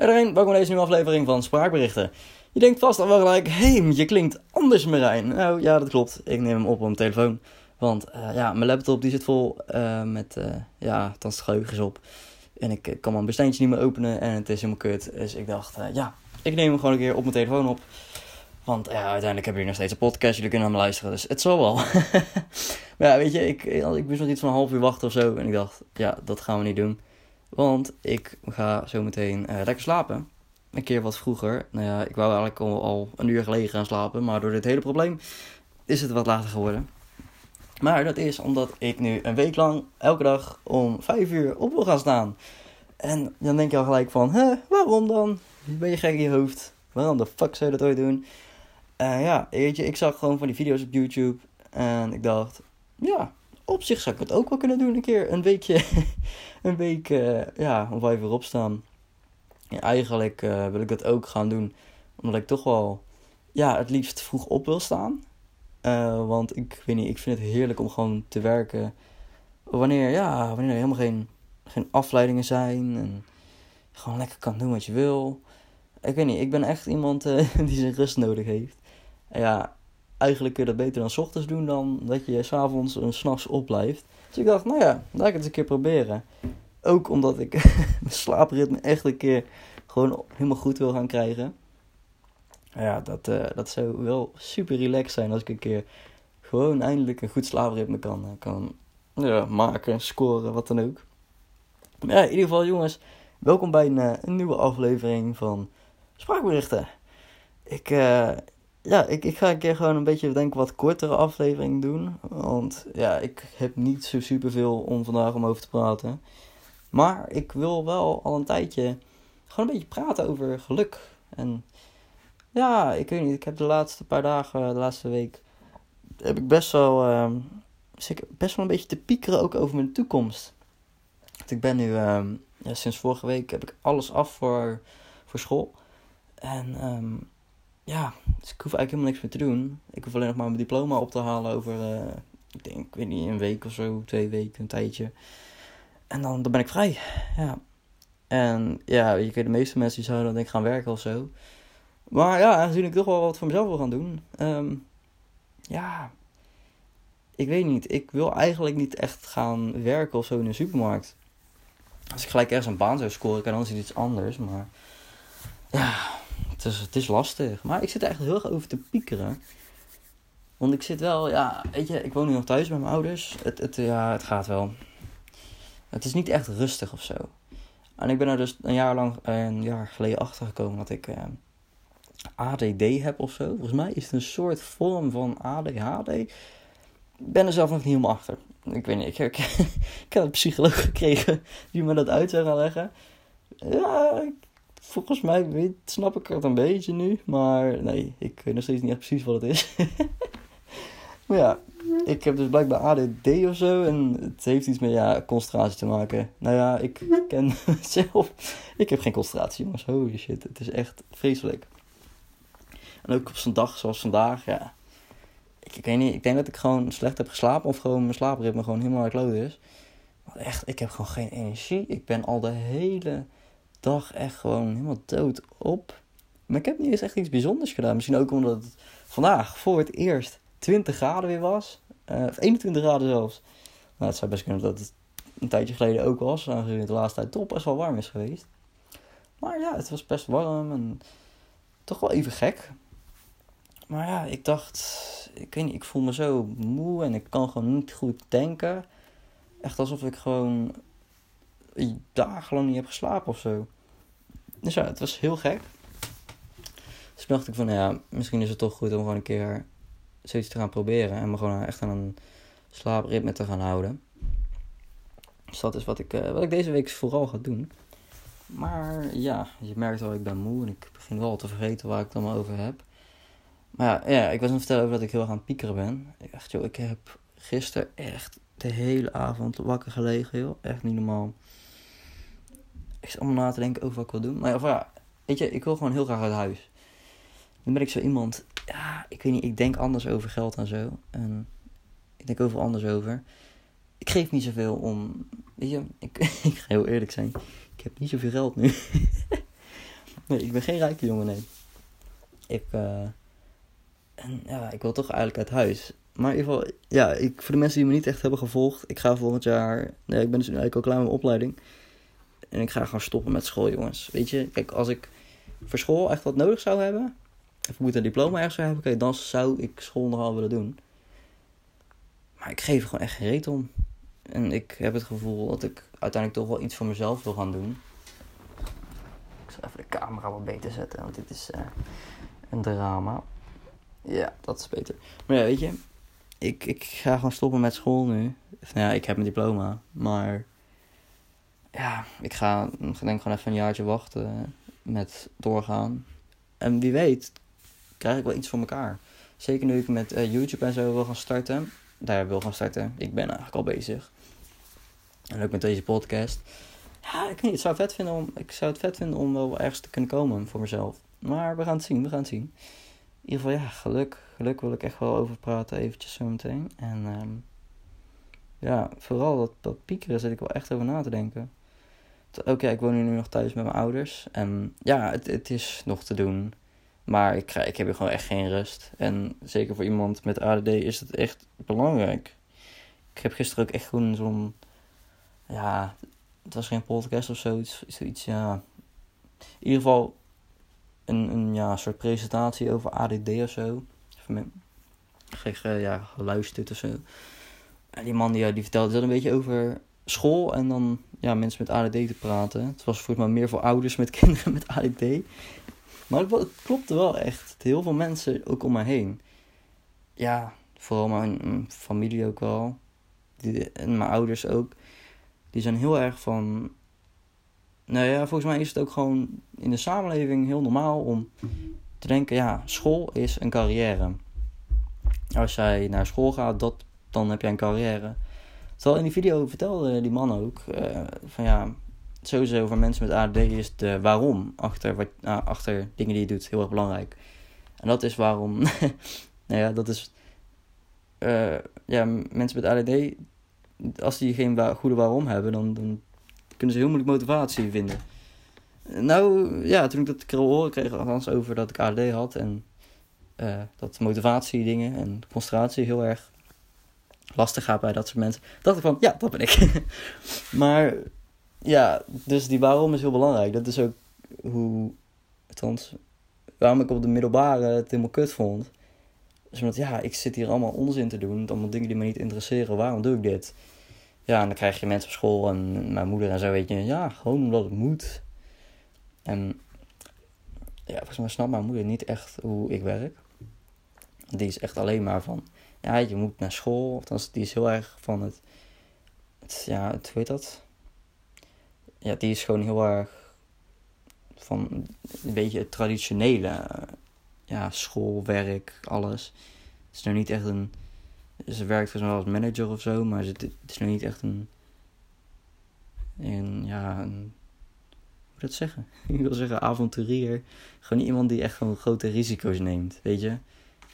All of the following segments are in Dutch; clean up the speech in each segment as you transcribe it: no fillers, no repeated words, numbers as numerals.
Hey iedereen, welkom bij deze nieuwe aflevering van Spraakberichten. Je denkt vast al wel gelijk, je klinkt anders Marijn. Nou ja, dat klopt. Ik neem hem op mijn telefoon. Want mijn laptop die zit vol met het geheugen is op. En ik kan mijn bestandje niet meer openen en het is helemaal kut. Dus ik dacht, ik neem hem gewoon een keer op mijn telefoon op. Want uiteindelijk heb je nog steeds een podcast, jullie kunnen naar me luisteren, dus het zal wel. Maar ja, weet je, ik moest nog iets van een half uur wachten of zo. En ik dacht, dat gaan we niet doen. Want ik ga zo meteen lekker slapen. Een keer wat vroeger. Nou ja, ik wou eigenlijk al een uur geleden gaan slapen. Maar door dit hele probleem is het wat later geworden. Maar dat is omdat ik nu een week lang elke dag om 5 uur op wil gaan staan. En dan denk je al gelijk van, waarom dan? Ben je gek in je hoofd? Waarom de fuck zou je dat ooit doen? Weet je, ik zag gewoon van die video's op YouTube. En ik dacht, op zich zou ik het ook wel kunnen doen een keer. Een weekje, om 5 uur opstaan. Ja, eigenlijk wil ik dat ook gaan doen. Omdat ik toch wel, het liefst vroeg op wil staan. Want ik weet niet, ik vind het heerlijk om gewoon te werken. Wanneer er helemaal geen afleidingen zijn. En gewoon lekker kan doen wat je wil. Ik weet niet, ik ben echt iemand die zijn rust nodig heeft. En eigenlijk kun je dat beter dan 's ochtends doen dan dat je 's avonds en 's nachts opblijft. Dus ik dacht, laat ik het eens een keer proberen. Ook omdat ik mijn slaapritme echt een keer gewoon helemaal goed wil gaan krijgen. Dat zou wel super relaxed zijn als ik een keer gewoon eindelijk een goed slaapritme kan maken, scoren, wat dan ook. Maar in ieder geval jongens, welkom bij een nieuwe aflevering van Spraakberichten. Ik ga een keer gewoon een beetje, denk ik, wat kortere aflevering doen. Want ik heb niet zo superveel om vandaag om over te praten. Maar ik wil wel al een tijdje gewoon een beetje praten over geluk. En ik weet niet, ik heb de laatste paar dagen, de laatste week, heb ik best wel een beetje te piekeren ook over mijn toekomst. Want ik ben nu, sinds vorige week heb ik alles af voor school. En dus ik hoef eigenlijk helemaal niks meer te doen. Ik hoef alleen nog maar mijn diploma op te halen over, ik weet niet, een week of zo, 2 weken, een tijdje. En dan ben ik vrij, En de meeste mensen die zouden dan denk ik gaan werken of zo. Maar aangezien ik toch wel wat voor mezelf wil gaan doen. Ik weet niet. Ik wil eigenlijk niet echt gaan werken of zo in een supermarkt. Als ik gelijk ergens een baan zou scoren, kan dan is het iets anders. Maar het is lastig. Maar ik zit er echt heel erg over te piekeren. Want ik zit wel, weet je, ik woon nu nog thuis bij mijn ouders. Het gaat wel. Het is niet echt rustig of zo. En ik ben er dus een jaar geleden achter gekomen dat ik ADD heb of zo. Volgens mij is het een soort vorm van ADHD. Ik ben er zelf nog niet helemaal achter. Ik weet niet, ik heb een psycholoog gekregen die me dat uit zou gaan leggen. Volgens mij snap ik het een beetje nu. Maar nee, ik weet nog steeds niet echt precies wat het is. Maar ik heb dus blijkbaar ADD of zo. En het heeft iets met concentratie te maken. Ik ken mezelf. Ik heb geen concentratie, jongens. Holy shit, het is echt vreselijk. En ook op zo'n dag zoals vandaag, ik weet niet, ik denk dat ik gewoon slecht heb geslapen. Of gewoon mijn slaapritme gewoon helemaal uit kloot is. Want echt, ik heb gewoon geen energie. Ik ben al de hele dag echt gewoon helemaal dood op. Maar ik heb niet eens echt iets bijzonders gedaan. Misschien ook omdat het vandaag voor het eerst 20 graden weer was. Of 21 graden zelfs. Nou, het zou best kunnen dat het een tijdje geleden ook was. Aangezien het de laatste tijd toch best wel warm is geweest. Maar het was best warm en toch wel even gek. Maar ik dacht, ik weet niet, ik voel me zo moe en ik kan gewoon niet goed denken. Echt alsof ik gewoon dagenlang niet heb geslapen of zo. Dus het was heel gek. Dus dacht ik van, misschien is het toch goed om gewoon een keer zoiets te gaan proberen. En me gewoon echt aan een slaapritme te gaan houden. Dus dat is wat ik deze week vooral ga doen. Maar je merkt wel, ik ben moe en ik begin wel te vergeten waar ik het allemaal over heb. Maar ik was aan het vertellen over dat ik heel erg aan het piekeren ben. Ik heb gisteren echt de hele avond wakker gelegen, joh. Echt niet normaal. Ik zit allemaal na te denken over wat ik wil doen. Maar weet je, ik wil gewoon heel graag uit huis. Dan ben ik zo iemand, ik weet niet, ik denk anders over geld en zo. En ik denk overal anders over. Ik geef niet zoveel om, weet je, ik ga heel eerlijk zijn. Ik heb niet zoveel geld nu. Nee, ik ben geen rijke jongen, nee. En ja, ik wil toch eigenlijk uit huis. Maar in ieder geval, ja, voor de mensen die me niet echt hebben gevolgd, ik ga volgend jaar, nee, ik ben dus eigenlijk al klaar met mijn opleiding. En ik ga gewoon stoppen met school, jongens. Weet je, kijk, als ik voor school echt wat nodig zou hebben, of ik moet een diploma ergens zou hebben, kijk, dan zou ik school nogal willen doen. Maar ik geef er gewoon echt geen reet om. En ik heb het gevoel dat ik uiteindelijk toch wel iets voor mezelf wil gaan doen. Ik zal even de camera wat beter zetten, want dit is een drama. Ja, dat is beter. Maar ja, weet je, ik ga gewoon stoppen met school nu. Of, nou ja, ik heb mijn diploma, maar ja, ik denk gewoon even een jaartje wachten met doorgaan. En wie weet, krijg ik wel iets voor elkaar. Zeker nu ik met YouTube en zo wil gaan starten. Daar wil gaan starten. Ik ben eigenlijk al bezig. En ook met deze podcast. Ja, ik weet niet, ik zou het vet vinden om wel ergens te kunnen komen voor mezelf. Maar we gaan het zien. In ieder geval, ja, geluk wil ik echt wel over praten eventjes zo meteen. En ja, vooral dat piekeren zit ik wel echt over na te denken. Oké, ik woon nu nog thuis met mijn ouders. En ja, het is nog te doen. Maar ik heb hier gewoon echt geen rust. En zeker voor iemand met ADD is het echt belangrijk. Ik heb gisteren ook echt gewoon zo'n... Ja, het was geen podcast of zoiets, ja. In ieder geval een soort presentatie over ADD of zo. Geluisterd of zo. En die man die vertelde dat een beetje over school en dan mensen met ADD te praten. Het was volgens mij meer voor ouders met kinderen met ADD. Maar het klopte wel echt. Heel veel mensen ook om me heen. Ja, vooral mijn familie ook wel. En mijn ouders ook. Die zijn heel erg van... Nou ja, volgens mij is het ook gewoon in de samenleving heel normaal om te denken... Ja, school is een carrière. Als jij naar school gaat, dan heb jij een carrière. Terwijl in die video vertelde die man ook... sowieso voor mensen met ADD is de waarom achter dingen die je doet heel erg belangrijk. En dat is waarom... mensen met ADD... Als die geen goede waarom hebben, dan kunnen ze heel moeilijk motivatie vinden. Nou, ja, toen ik dat keer horen kreeg, althans over dat ik ADD had. En dat motivatiedingen en concentratie heel erg lastig gaat bij dat soort mensen. Dacht ik van, ja, dat ben ik. Maar ja, dus die waarom is heel belangrijk. Dat is ook waarom ik op de middelbare het helemaal kut vond. Dus omdat, ja, ik zit hier allemaal onzin te doen. Allemaal dingen die me niet interesseren. Waarom doe ik dit? Ja, en dan krijg je mensen op school en mijn moeder en zo, weet je. Ja, gewoon omdat het moet. En ja, volgens mij snapt mijn moeder niet echt hoe ik werk. Die is echt alleen maar van, ja, je moet naar school. Althans, die is heel erg van hoe heet dat? Ja, die is gewoon heel erg van een beetje het traditionele. Schoolwerk, alles. Het is nou niet echt ze werkt volgens mij als manager of zo, maar het is nou niet echt hoe moet ik dat zeggen? Ik wil zeggen avonturier. Gewoon niet iemand die echt gewoon grote risico's neemt, weet je.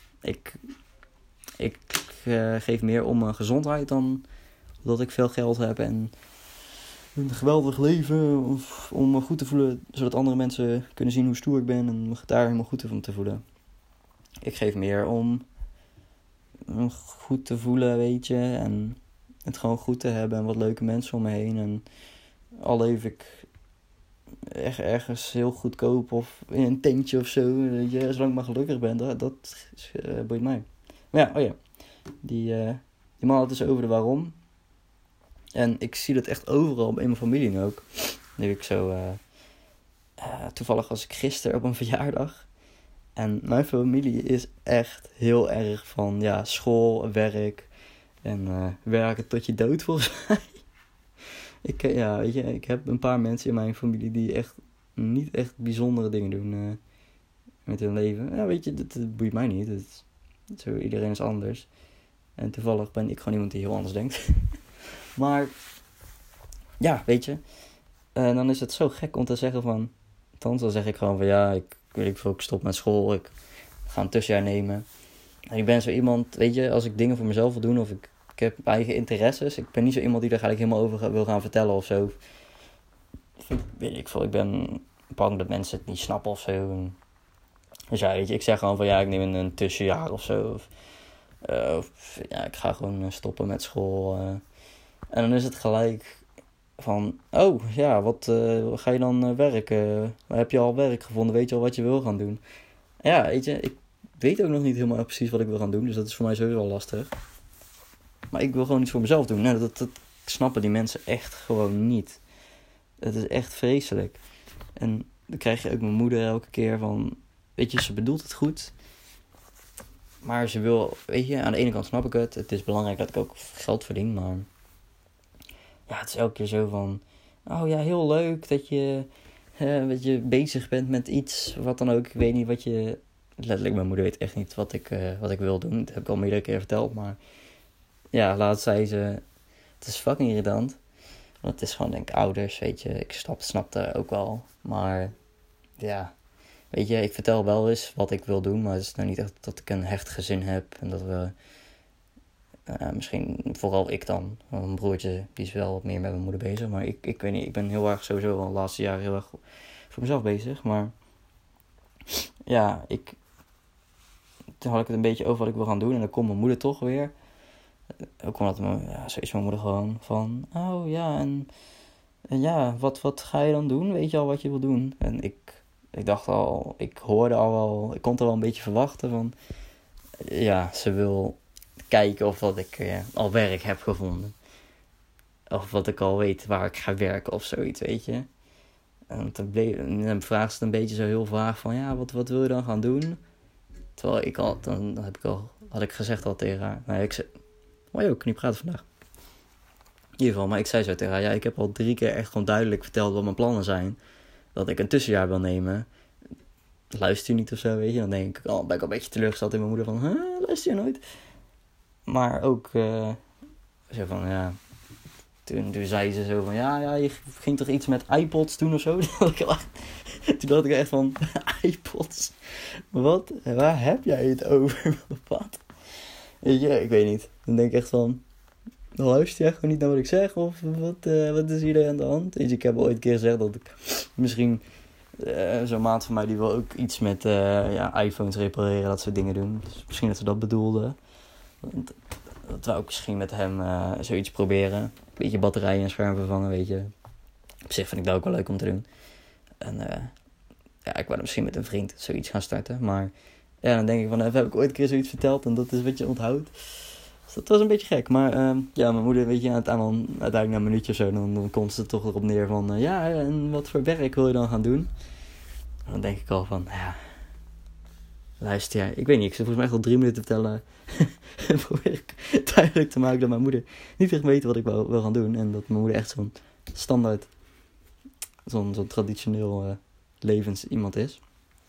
Ik geef meer om mijn gezondheid dan dat ik veel geld heb en een geweldig leven. Of om me goed te voelen, zodat andere mensen kunnen zien hoe stoer ik ben en me daar helemaal goed van te voelen. Ik geef meer om me goed te voelen, weet je. En het gewoon goed te hebben en wat leuke mensen om me heen. En al leef ik echt ergens heel goedkoop of in een tentje of zo. Weet je, zolang ik maar gelukkig ben, dat boeit mij. Maar ja, die man had dus over de waarom. En ik zie dat echt overal in mijn familie nu ook. Nu ik zo... toevallig was ik gisteren op een verjaardag. En mijn familie is echt heel erg van school, werk en werken tot je dood volgens mij. Ik heb een paar mensen in mijn familie die echt niet echt bijzondere dingen doen met hun leven. Ja, weet je, dat boeit mij niet. Iedereen is anders. En toevallig ben ik gewoon iemand die heel anders denkt. Maar ja, weet je. Dan is het zo gek om te zeggen van... Althans, dan zeg ik gewoon van ik stop met school. Ik ga een tussenjaar nemen. En ik ben zo iemand, weet je, als ik dingen voor mezelf wil doen... Of ik heb eigen interesses. Ik ben niet zo iemand die daar gelijk helemaal over wil gaan vertellen of zo. Weet ik veel. Ik ben bang dat mensen het niet snappen of zo. Dus ja, weet je, ik zeg gewoon van ja, ik neem een tussenjaar of zo. Of ja, ik ga gewoon stoppen met school. En dan is het gelijk van, oh ja, wat ga je dan werken? Heb je al werk gevonden? Weet je al wat je wil gaan doen? Ja, weet je, ik weet ook nog niet helemaal precies wat ik wil gaan doen. Dus dat is voor mij sowieso wel lastig. Maar ik wil gewoon iets voor mezelf doen. Nou, dat snappen die mensen echt gewoon niet. Het is echt vreselijk. En dan krijg je ook mijn moeder elke keer van, weet je, ze bedoelt het goed. Maar ze wil, weet je, aan de ene kant snap ik het. Het is belangrijk dat ik ook geld verdien, maar ja, het is elke keer zo van, oh ja, heel leuk dat je bezig bent met iets, wat dan ook. Ik weet niet wat je, letterlijk, mijn moeder weet echt niet wat ik wil doen. Dat heb ik al meerdere keer verteld, maar ja, laatst zei ze, het is fucking irritant. Want het is gewoon, denk ik, ouders, weet je. Ik snap dat ook wel. Maar ja, weet je, ik vertel wel eens wat ik wil doen. Maar het is nou niet echt dat ik een hecht gezin heb. En dat we, misschien vooral ik dan. Want mijn broertje, die is wel wat meer met mijn moeder bezig. Maar ik weet niet, ik ben heel erg sowieso al de laatste jaren heel erg voor mezelf bezig. Maar ja, toen had ik het een beetje over wat ik wil gaan doen. En dan komt mijn moeder toch weer. Ook omdat zo is mijn moeder gewoon van, oh ja, en ja, wat ga je dan doen? Weet je al wat je wil doen? En ik dacht al, ik hoorde al wel, ik kon het al wel een beetje verwachten van, ja, ze wil kijken of dat ik al werk heb gevonden. Of wat ik al weet waar ik ga werken of zoiets, weet je. En dan vraagt ze het een beetje zo heel vaag van, ja, wat wil je dan gaan doen? Terwijl had ik gezegd al tegen haar, nou, ik zei, oh joh, ik kan niet praten vandaag. In ieder geval, maar ik zei zo tegen haar, ja, ik heb al 3 keer echt gewoon duidelijk verteld wat mijn plannen zijn. Dat ik een tussenjaar wil nemen. Luister je niet of zo, weet je. Dan ben ik al een beetje teleurgesteld in mijn moeder van, luister je nooit? Maar ook, zo van, ja. Toen zei ze zo van, ja, je ging toch iets met iPods doen of zo? Toen dacht ik echt van, iPods? Wat? Waar heb jij het over? Wat? Weet je, ik weet niet. Dan denk ik echt van, luister je gewoon niet naar wat ik zeg? Of wat is hier aan de hand? Weet je, ik heb al ooit een keer gezegd dat ik misschien, zo'n maat van mij die wil ook iets met iPhones repareren, dat soort dingen doen. Dus misschien dat ze dat bedoelden. Dat we ook misschien met hem zoiets proberen. Een beetje batterijen en scherm vervangen, weet je. Op zich vind ik dat ook wel leuk om te doen. En ik wou misschien met een vriend zoiets gaan starten. Maar ja, dan denk ik van, heb ik ooit een keer zoiets verteld en dat is wat je onthoudt. Dus dat was een beetje gek. Maar ja, mijn moeder, weet je, uiteindelijk na een minuutje of zo, dan komt ze toch erop neer van, en wat voor werk wil je dan gaan doen? En dan denk ik al van, ja, luister, ja, ik weet niet, ik zit volgens mij echt al 3 minuten te vertellen. En probeer ik duidelijk te maken dat mijn moeder niet echt weet wat ik wil gaan doen. En dat mijn moeder echt zo'n standaard, zo'n traditioneel levens iemand is.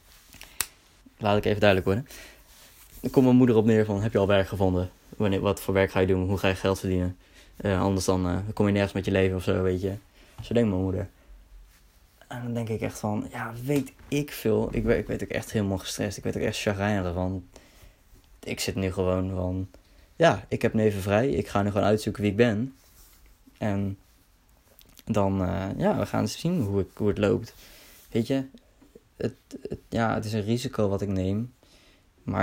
Laat ik even duidelijk worden. Dan komt mijn moeder op neer van, heb je al werk gevonden? Wat voor werk ga je doen? Hoe ga je geld verdienen? Anders dan kom je nergens met je leven of zo, weet je. Zo denkt mijn moeder. En dan denk ik echt van, ja, weet ik veel. Ik werd ook echt helemaal gestrest. Ik werd ook echt chagrijnig van. Ik zit nu gewoon van, ja, ik heb nu even vrij. Ik ga nu gewoon uitzoeken wie ik ben. En dan, we gaan eens zien hoe het loopt. Weet je, het is een risico wat ik neem. Maar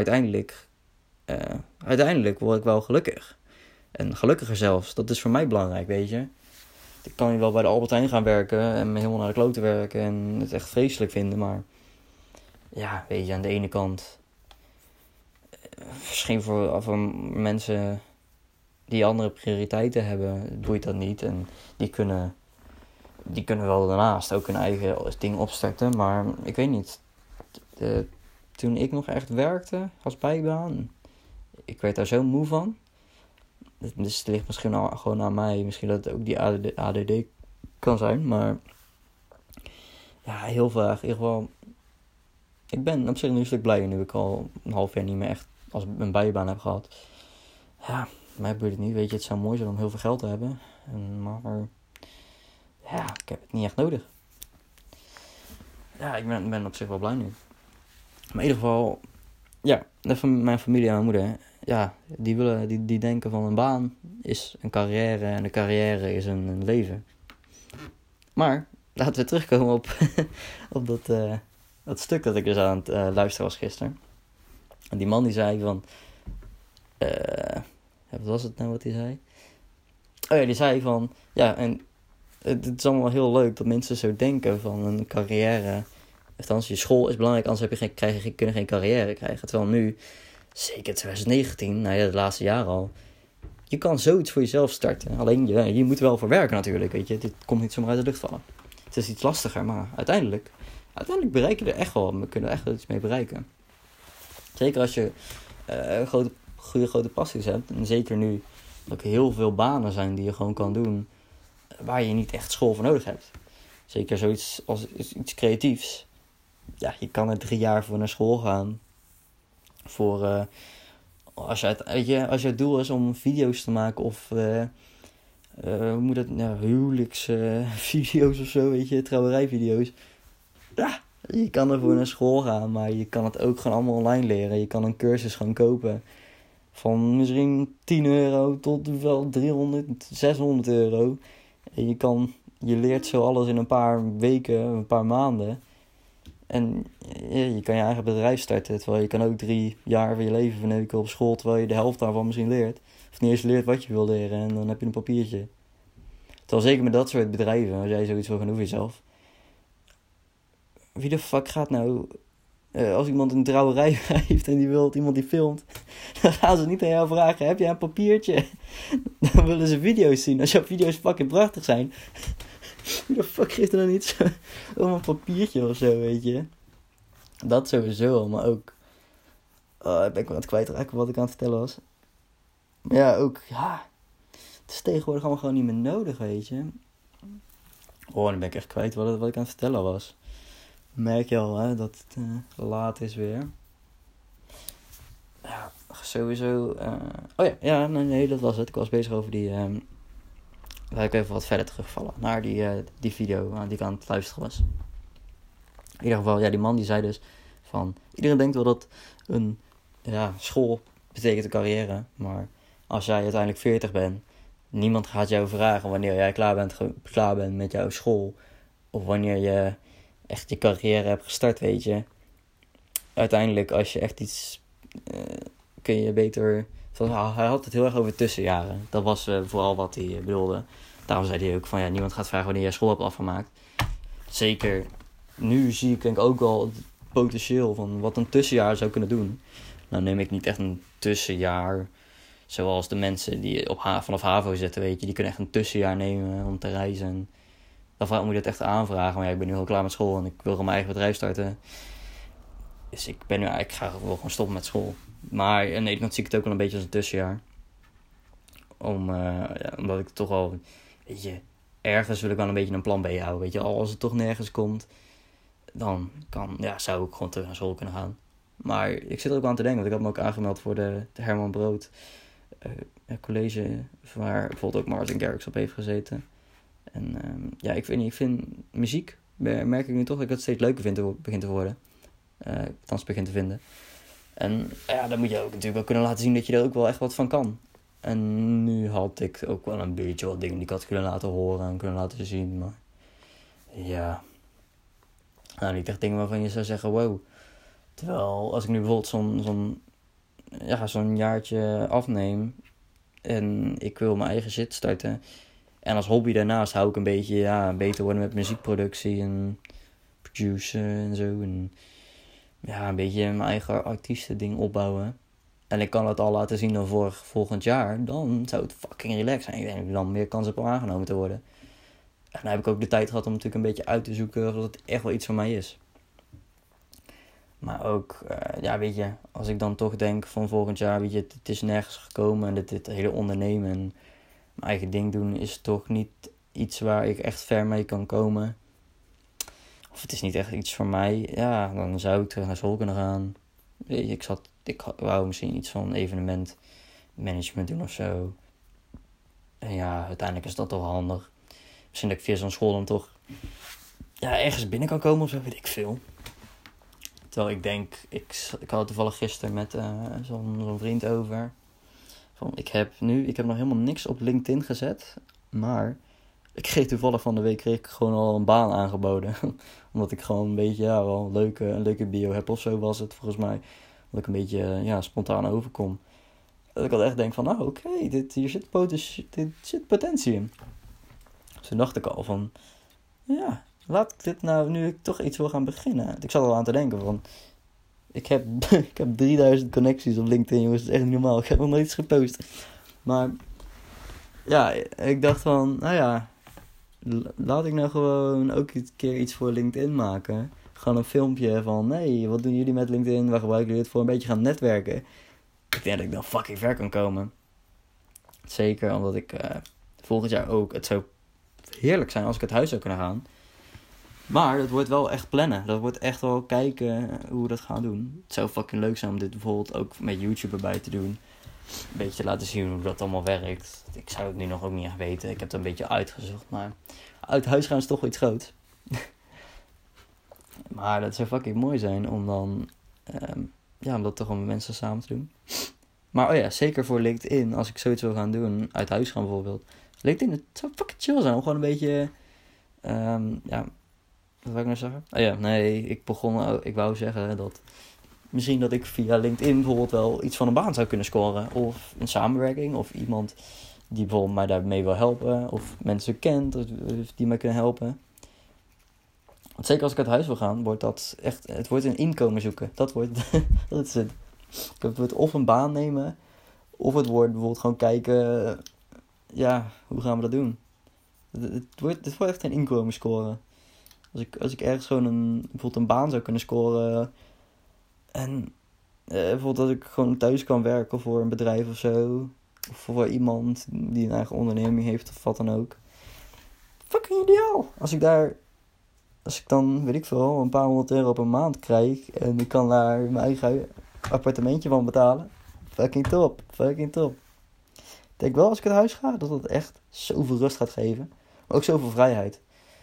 uiteindelijk word ik wel gelukkig. En gelukkiger zelfs. Dat is voor mij belangrijk, weet je. Ik kan hier wel bij de Albert Heijn gaan werken en me helemaal naar de klote werken en het echt vreselijk vinden. Maar ja, weet je, aan de ene kant, misschien voor mensen die andere prioriteiten hebben, boeit dat niet. En die kunnen wel daarnaast ook hun eigen ding opstarten. Maar ik weet niet, toen ik nog echt werkte als bijbaan, ik werd daar zo moe van. Dus het ligt misschien gewoon aan mij. Misschien dat het ook die ADD kan zijn. Maar ja, heel vaak. In ieder geval, ik ben op zich nu een stuk blijer nu ik al een half jaar niet meer echt als een bijbaan heb gehad. Ja, mij boeit het niet. Weet je, het zou mooi zijn om heel veel geld te hebben. Maar ja, ik heb het niet echt nodig. Ja, ik ben op zich wel blij nu. Maar in ieder geval, ja, mijn familie en mijn moeder, ja, die denken van een baan is een carrière en een carrière is een leven. Maar laten we terugkomen op dat stuk dat ik dus aan het luisteren was gisteren. En die man die zei van... wat was het nou wat hij zei? Oh ja, die zei van... Ja, en het is allemaal heel leuk dat mensen zo denken van een carrière... Althans, je school is belangrijk, anders kun je geen carrière krijgen. Terwijl nu, zeker 2019, nou ja, de laatste jaren al... Je kan zoiets voor jezelf starten. Alleen, je moet er wel voor werken natuurlijk, weet je. Dit komt niet zomaar uit de lucht vallen. Het is iets lastiger, maar uiteindelijk bereik je er echt wel. We kunnen er echt wel iets mee bereiken. Zeker als je goede grote passies hebt. En zeker nu dat er heel veel banen zijn die je gewoon kan doen. Waar je niet echt school voor nodig hebt. Zeker zoiets als iets creatiefs. Ja, je kan er 3 jaar voor naar school gaan. Voor... Als je het doel is om video's te maken of hoe moet dat, huwelijksvideo's of zo, weet je, trouwerijvideo's. Ja, je kan ervoor naar school gaan, maar je kan het ook gewoon allemaal online leren. Je kan een cursus gaan kopen van misschien €10 tot wel 300, 600 euro. En je leert zo alles in een paar weken, een paar maanden. En je kan je eigen bedrijf starten, terwijl je kan ook 3 jaar van je leven verneuken op school, terwijl je de helft daarvan misschien leert. Of niet eens leert wat je wil leren en dan heb je een papiertje. Terwijl zeker met dat soort bedrijven, als jij zoiets wil gaan doen voor jezelf. Wie de fuck gaat nou, als iemand een trouwerij heeft en die wil dat iemand die filmt, dan gaan ze niet aan jou vragen, heb jij een papiertje? Dan willen ze video's zien. Als jouw video's fucking prachtig zijn... Wie de fuck geeft er dan niet om een papiertje of zo, weet je? Dat sowieso, maar ook... ben ik wel aan het kwijtraken wat ik aan het vertellen was. Maar ja, ook... Ja, het is tegenwoordig allemaal gewoon niet meer nodig, weet je? Oh, dan ben ik echt kwijt wat ik aan het vertellen was. Merk je al, hè, dat het laat is weer. Ja, sowieso... nee, dat was het. Ik was bezig over die... Laat ik even wat verder terugvallen naar die video die ik aan het luisteren was. In ieder geval, ja, die man die zei dus van... Iedereen denkt wel dat een school betekent een carrière. Maar als jij uiteindelijk 40 bent... Niemand gaat jou vragen wanneer jij klaar bent met jouw school. Of wanneer je echt je carrière hebt gestart, weet je. Uiteindelijk, als je echt iets... kun je beter... Hij had het heel erg over tussenjaren. Dat was vooral wat hij bedoelde. Daarom zei hij ook van... Ja, niemand gaat vragen wanneer je school hebt afgemaakt. Zeker nu zie ik denk ik ook wel het potentieel van wat een tussenjaar zou kunnen doen. Nou neem ik niet echt een tussenjaar... Zoals de mensen die vanaf HAVO zitten, weet je. Die kunnen echt een tussenjaar nemen om te reizen. Dan moet je dat echt aanvragen. Maar ja, ik ben nu al klaar met school en ik wil gewoon mijn eigen bedrijf starten. Dus ik ga wel gewoon stoppen met school. Maar in Nederland zie ik het ook wel een beetje als een tussenjaar. Omdat ik toch al, weet je, ergens wil ik wel een beetje een plan B houden. Weet je, als het toch nergens komt, dan zou ik gewoon terug naar school kunnen gaan. Maar ik zit er ook aan te denken, want ik had me ook aangemeld voor de Herman Brood college, waar bijvoorbeeld ook Martin Garrix op heeft gezeten. En ik weet niet, ik vind muziek, merk ik nu toch dat ik het steeds leuker begin te worden. Althans begin te vinden. En dan moet je ook natuurlijk wel kunnen laten zien dat je er ook wel echt wat van kan. En nu had ik ook wel een beetje wat dingen die ik had kunnen laten horen en kunnen laten zien. Maar ja, niet echt dingen waarvan je zou zeggen, wow. Terwijl als ik nu bijvoorbeeld zo'n jaartje afneem en ik wil mijn eigen shit starten. En als hobby daarnaast hou ik een beetje beter worden met muziekproductie en produceren en zo. En een beetje mijn eigen artiesten ding opbouwen. En ik kan het al laten zien dan volgend jaar. Dan zou het fucking relaxed zijn. Ik denk dat ik dan meer kans heb om aangenomen te worden. En dan heb ik ook de tijd gehad om natuurlijk een beetje uit te zoeken of het echt wel iets voor mij is. Maar ook, weet je, als ik dan toch denk van volgend jaar, weet je, het is nergens gekomen. En dit hele ondernemen en mijn eigen ding doen is toch niet iets waar ik echt ver mee kan komen. Of het is niet echt iets voor mij. Ja, dan zou ik terug naar school kunnen gaan. Weet je, ik wou misschien iets van evenementmanagement doen of zo. En uiteindelijk is dat toch handig. Misschien dat ik via zo'n school dan toch ergens binnen kan komen of zo, weet ik veel. Terwijl ik denk, ik had het toevallig gisteren met zo'n vriend over. Ik heb nog helemaal niks op LinkedIn gezet. Maar Ik kreeg toevallig van de week gewoon al een baan aangeboden. Omdat ik gewoon een beetje, ja, wel een leuke bio heb of zo was het volgens mij. Dat ik een beetje, ja, spontaan overkom. Dat ik al echt denk van, nou oké, hier zit potentie in. Dus toen dacht ik al van, ja, laat ik dit nou, nu ik toch iets wil gaan beginnen. Ik zat al aan te denken van, ik heb 3000 connecties op LinkedIn, jongens. Dat is echt niet normaal. Ik heb nog nooit iets gepost. Maar ja, ik dacht van, nou ja, laat ik nou gewoon ook een keer iets voor LinkedIn maken. Gewoon een filmpje van, nee, wat doen jullie met LinkedIn? Waar gebruiken jullie het voor? Een beetje gaan netwerken. Ik denk dat ik dan fucking ver kan komen. Zeker omdat ik volgend jaar ook, het zou heerlijk zijn als ik het huis zou kunnen gaan. Maar dat wordt wel echt plannen. Dat wordt echt wel kijken hoe we dat gaan doen. Het zou fucking leuk zijn om dit bijvoorbeeld ook met YouTube erbij te doen. Een beetje laten zien hoe dat allemaal werkt. Ik zou het nu nog ook niet echt weten. Ik heb het een beetje uitgezocht. Maar uit huis gaan is toch wel iets groots. Maar dat zou fucking mooi zijn om dan... om dat toch wel met mensen samen te doen. Maar oh ja, zeker voor LinkedIn. Als ik zoiets wil gaan doen. Uit huis gaan bijvoorbeeld. LinkedIn, het zou fucking chill zijn. Om gewoon een beetje... wat wil ik nou zeggen? Oh ja, nee, ik wou zeggen dat misschien dat ik via LinkedIn bijvoorbeeld wel iets van een baan zou kunnen scoren. Of een samenwerking, of iemand die bijvoorbeeld mij daarmee wil helpen. Of mensen kent, of die mij kunnen helpen. Want zeker als ik uit huis wil gaan, wordt dat echt, het wordt een inkomen zoeken. Dat is het. Het wordt of een baan nemen, of het wordt bijvoorbeeld gewoon kijken, ja, hoe gaan we dat doen? Het wordt echt een inkomen scoren. Als ik ergens gewoon bijvoorbeeld een baan zou kunnen scoren. En bijvoorbeeld dat ik gewoon thuis kan werken voor een bedrijf of zo. Of voor iemand die een eigen onderneming heeft of wat dan ook. Fucking ideaal. Als ik dan, weet ik veel, een paar €100 per maand krijg. En ik kan daar mijn eigen appartementje van betalen. Fucking top. Fucking top. Ik denk wel als ik uit huis ga, dat het echt zoveel rust gaat geven. Maar ook zoveel vrijheid.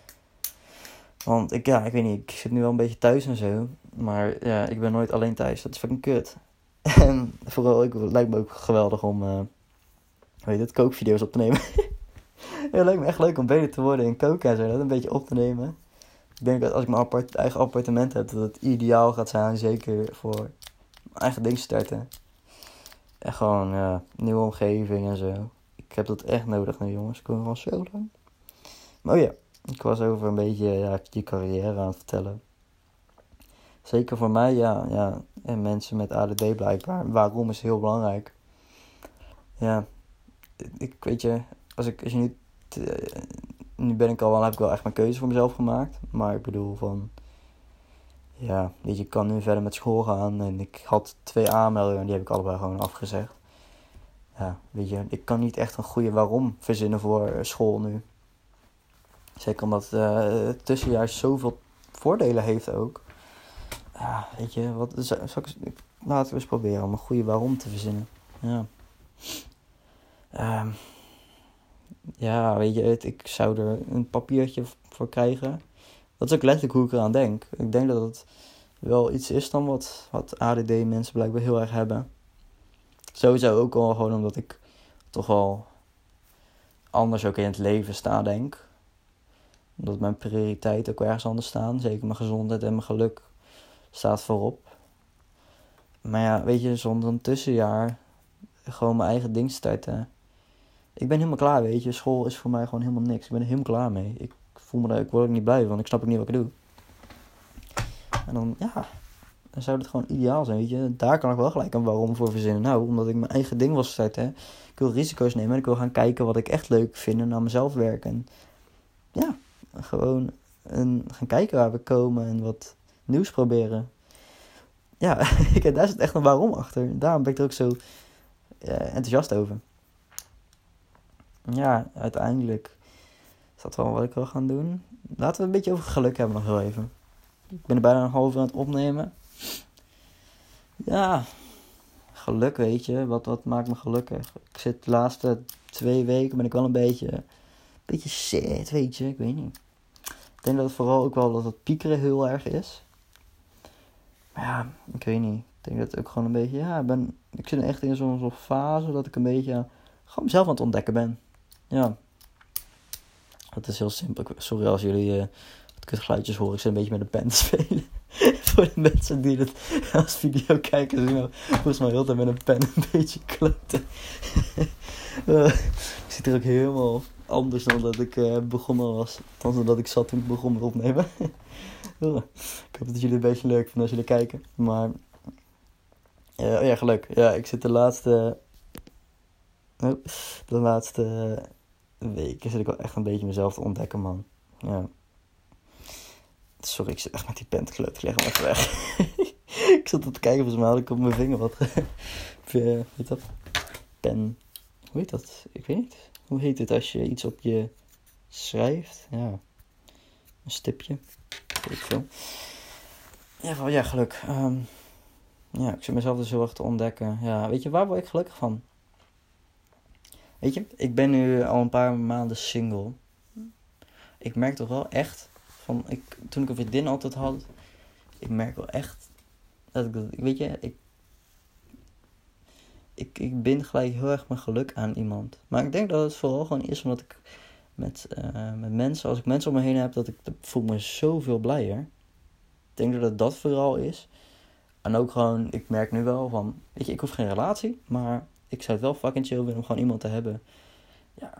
Want ik weet niet, ik zit nu wel een beetje thuis en zo. Maar ja, ik ben nooit alleen thuis. Dat is fucking kut. En vooral, het lijkt me ook geweldig om, kookvideo's op te nemen. Het lijkt me echt leuk om beter te worden in koken en zo. Dat een beetje op te nemen. Ik denk dat als ik mijn eigen appartement heb, dat het ideaal gaat zijn. Zeker voor mijn eigen ding starten. En gewoon, nieuwe omgeving en zo. Ik heb dat echt nodig nu, jongens. Ik kom al zo lang. Maar oh ja. Ik was over een beetje die carrière aan het vertellen. Zeker voor mij, ja. En mensen met ADD blijkbaar. Waarom is heel belangrijk. Ja, ik weet je, als je nu heb ik wel echt mijn keuze voor mezelf gemaakt. Maar ik bedoel van, ja, weet je, ik kan nu verder met school gaan. En ik had 2 aanmeldingen en die heb ik allebei gewoon afgezegd. Ja, weet je, ik kan niet echt een goede waarom verzinnen voor school nu. Zeker omdat het tussenjaar zoveel voordelen heeft ook. Ja, weet je, laten we eens proberen om een goede waarom te verzinnen. Ja. Ja, weet je, ik zou er een papiertje voor krijgen. Dat is ook letterlijk hoe ik eraan denk. Ik denk dat het wel iets is dan wat ADD-mensen blijkbaar heel erg hebben. Sowieso ook al gewoon omdat ik toch wel anders ook in het leven sta, denk. Omdat mijn prioriteiten ook ergens anders staan. Zeker mijn gezondheid en mijn geluk staat voorop. Maar ja, weet je, zonder een tussenjaar gewoon mijn eigen ding starten. Ik ben helemaal klaar, weet je. School is voor mij gewoon helemaal niks. Ik ben er helemaal klaar mee. Ik word er niet blij van. Ik snap ook niet wat ik doe. En dan zou het gewoon ideaal zijn, weet je. Daar kan ik wel gelijk een waarom voor verzinnen. Nou, omdat ik mijn eigen ding wil starten. Ik wil risico's nemen en ik wil gaan kijken wat ik echt leuk vind en aan mezelf werken. En ja, gewoon gaan kijken waar we komen en wat nieuws proberen. Ja, daar zit echt een waarom achter. Daarom ben ik er ook zo enthousiast over. Ja, uiteindelijk is dat wel wat ik wil gaan doen. Laten we een beetje over geluk hebben nog heel even. Ik ben er bijna een half uur aan het opnemen. Ja, geluk, weet je. Wat maakt me gelukkig? Ik zit de laatste 2 weken ben ik wel een beetje sad, weet je. Ik weet niet. Ik denk dat het vooral ook wel dat het piekeren heel erg is. Maar ja, ik weet niet. Ik denk dat het ook gewoon een beetje, ik zit echt in zo'n fase dat ik een beetje gewoon mezelf aan het ontdekken ben. Ja. Het is heel simpel. Sorry als jullie wat kutgeluidjes horen. Ik zit een beetje met een pen te spelen. Voor de mensen die het als video kijken, zien we volgens mij heel de tijd met een pen een beetje kloten. Ik zit er ook helemaal anders dan dat ik begonnen was. Althans dan dat ik zat toen ik begon met opnemen. Ik hoop dat jullie het een beetje leuk vinden als jullie kijken. Maar geluk. Ja, ik zit de laatste weken zit ik wel echt een beetje mezelf te ontdekken, man. Ja. Sorry, ik zit echt met die pen te kloten. Ik leg hem even weg. Ik zat te kijken, volgens mij had ik op mijn vinger wat... Hoe heet dat? Pen. Hoe heet dat? Ik weet niet. Hoe heet het als je iets op je schrijft? Ja. Een stipje. Weet ik veel. Ja, geluk. Ja, ik zit mezelf dus heel erg te ontdekken. Ja, weet je, waar word ik gelukkig van? Weet je, ik ben nu al een paar maanden single. Ik merk toch wel echt... toen ik een vriendin altijd had... Ik merk wel echt... Weet je, ik bind gelijk heel erg mijn geluk aan iemand. Maar ik denk dat het vooral gewoon is omdat ik met mensen... Als ik mensen om me heen heb, dat voel ik me zoveel blijer. Ik denk dat het dat vooral is. En ook gewoon, ik merk nu wel van... Weet je, ik hoef geen relatie, maar ik zou het wel fucking chill vinden om gewoon iemand te hebben. Ja,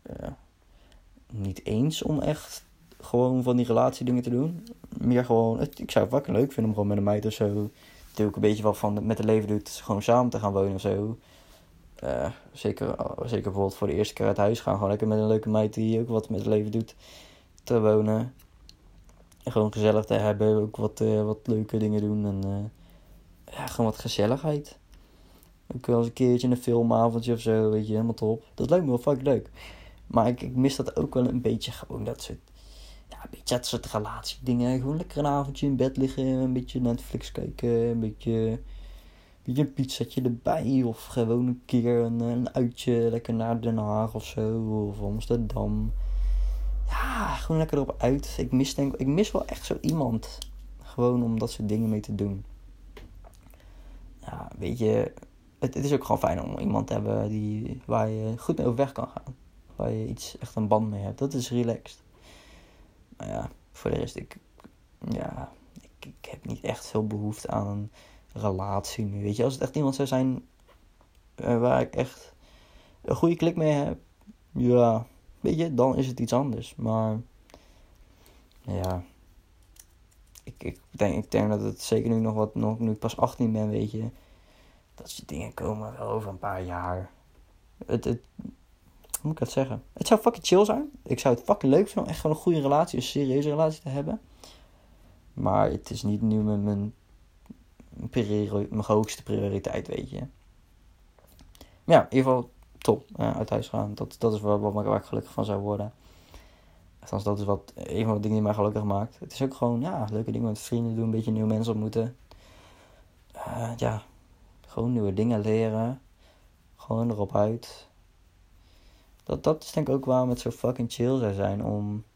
niet eens om echt gewoon van die relatie dingen te doen. Meer gewoon, ik zou het fucking leuk vinden om gewoon met een meid of zo... Die ook een beetje wat van met het leven doet, gewoon samen te gaan wonen of zo. Zeker bijvoorbeeld voor de eerste keer uit huis gaan. Gewoon lekker met een leuke meid die ook wat met het leven doet te wonen. En gewoon gezellig te hebben, ook wat leuke dingen doen. En gewoon wat gezelligheid. Ook wel eens een keertje een filmavondje of zo, weet je, helemaal top. Dat lijkt me wel fucking leuk. Maar ik mis dat ook wel een beetje, gewoon dat soort relatiedingen. Gewoon lekker een avondje in bed liggen, een beetje Netflix kijken, een beetje een pizzatje erbij. Of gewoon een keer een uitje lekker naar Den Haag of zo, of Amsterdam. Ja, gewoon lekker erop uit. Ik mis wel echt zo iemand. Gewoon om dat soort dingen mee te doen. Ja, weet je, het is ook gewoon fijn om iemand te hebben waar je goed mee overweg kan gaan. Waar je echt een band mee hebt. Dat is relaxed. Maar ja, voor de rest, ik heb niet echt veel behoefte aan een relatie nu. Weet je, als het echt iemand zou zijn waar ik echt een goede klik mee heb, ja, weet je, dan is het iets anders. Maar ja, ik denk dat het zeker nu ik pas 18 ben, weet je, dat soort dingen komen wel over een paar jaar. Hoe moet ik dat zeggen? Het zou fucking chill zijn. Ik zou het fucking leuk vinden om echt gewoon een goede relatie, een serieuze relatie te hebben. Maar het is niet nu mijn hoogste prioriteit, weet je. Maar ja, in ieder geval top. Uit huis gaan. Dat is waar ik gelukkig van zou worden. Althans, dat is een van de dingen die mij gelukkig maakt. Het is ook gewoon, ja, leuke dingen met vrienden doen. Een beetje nieuwe mensen ontmoeten. Gewoon nieuwe dingen leren. Gewoon erop uit. Dat is denk ik ook waarom het zo fucking chill zou zijn om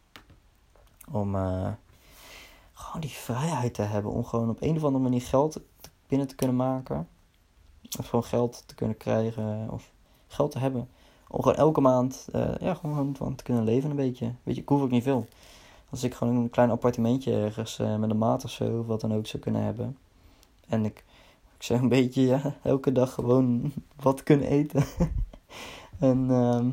gewoon die vrijheid te hebben. Om gewoon op een of andere manier geld binnen te kunnen maken. Of gewoon geld te kunnen krijgen. Of geld te hebben. Om gewoon elke maand gewoon van te kunnen leven een beetje. Weet je, ik hoef ook niet veel. Als ik gewoon een klein appartementje ergens met een maat of zo, of wat dan ook zou kunnen hebben. En ik zou een beetje elke dag gewoon wat kunnen eten. En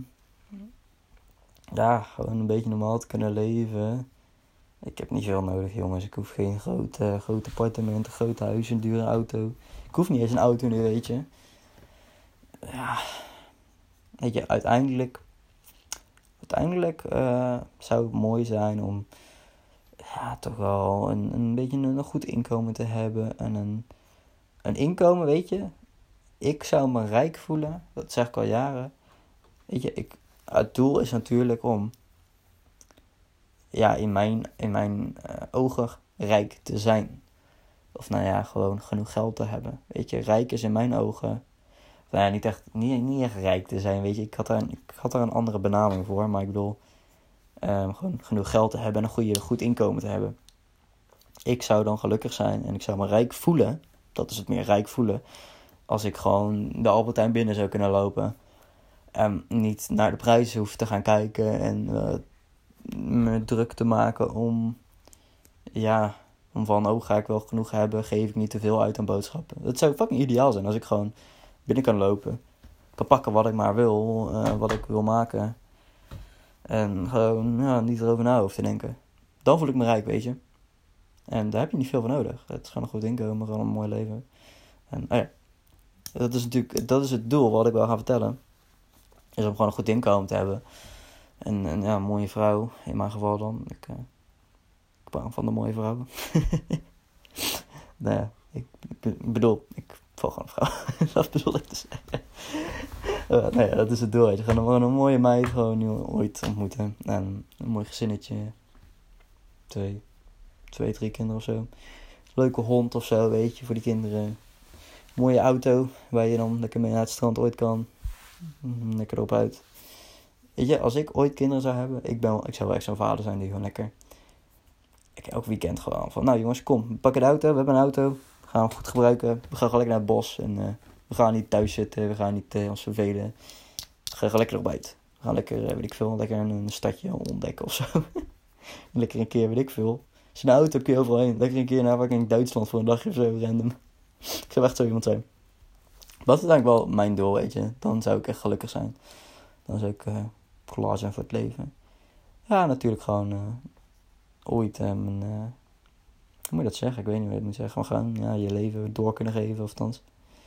gewoon een beetje normaal te kunnen leven. Ik heb niet veel nodig, jongens. Ik hoef geen groot appartement, een groot huis, een dure auto. Ik hoef niet eens een auto nu, weet je. Ja, weet je, uiteindelijk zou het mooi zijn om toch wel een beetje een goed inkomen te hebben. En een inkomen, weet je. Ik zou me rijk voelen, dat zeg ik al jaren. Weet je, het doel is natuurlijk om in mijn ogen rijk te zijn. Of gewoon genoeg geld te hebben. Weet je, rijk is in mijn ogen... niet echt rijk te zijn, weet je. Ik had daar een andere benaming voor. Maar ik bedoel, gewoon genoeg geld te hebben en een goed inkomen te hebben. Ik zou dan gelukkig zijn en ik zou me rijk voelen. Dat is het meer, rijk voelen. Als ik gewoon de Albert Heijn binnen zou kunnen lopen. En niet naar de prijzen hoef te gaan kijken. En me druk te maken om van, ga ik wel genoeg hebben, geef ik niet te veel uit aan boodschappen. Dat zou fucking ideaal zijn als ik gewoon binnen kan lopen, kan pakken wat ik maar wil, wat ik wil maken. En gewoon niet erover na hoef te denken. Dan voel ik me rijk, weet je. En daar heb je niet veel voor nodig. Het is gewoon een goed inkomen, gewoon een mooi leven. En dat is het doel wat ik wil gaan vertellen. Is om gewoon een goed inkomen te hebben. En een mooie vrouw, in mijn geval dan. Ik hou van de mooie vrouwen. Nou ja, ik bedoel, ik val gewoon een vrouw. Dat bedoel ik te zeggen. Dat is het doel. Je gaat gewoon een mooie meid gewoon ooit ontmoeten. En een mooi gezinnetje. 2, 3 kinderen of zo. Leuke hond of zo, weet je, voor die kinderen. Mooie auto, waar je dan lekker mee naar het strand ooit kan. Lekker erop uit. Weet je, als ik ooit kinderen zou hebben, ik zou wel echt zo'n vader zijn die gewoon lekker... elk weekend gewoon van, nou jongens, kom, we pakken de auto, we hebben een auto. We gaan hem goed gebruiken. We gaan gewoon lekker naar het bos. En we gaan niet thuis zitten, we gaan niet ons vervelen. We gaan gewoon lekker erop uit. We gaan lekker, weet ik veel, lekker een stadje ontdekken of zo. Lekker een keer, weet ik veel. Als je een auto hebt, kun je overal heen. Lekker een keer naar in Duitsland voor een dagje of zo, random. Ik zou echt zo iemand zijn. Dat is eigenlijk wel mijn doel, weet je. Dan zou ik echt gelukkig zijn. Dan zou ik klaar zijn voor het leven. Ja, natuurlijk gewoon ooit hoe moet je dat zeggen? Ik weet niet hoe je het moet zeggen. Maar gewoon je leven door kunnen geven. Of althans.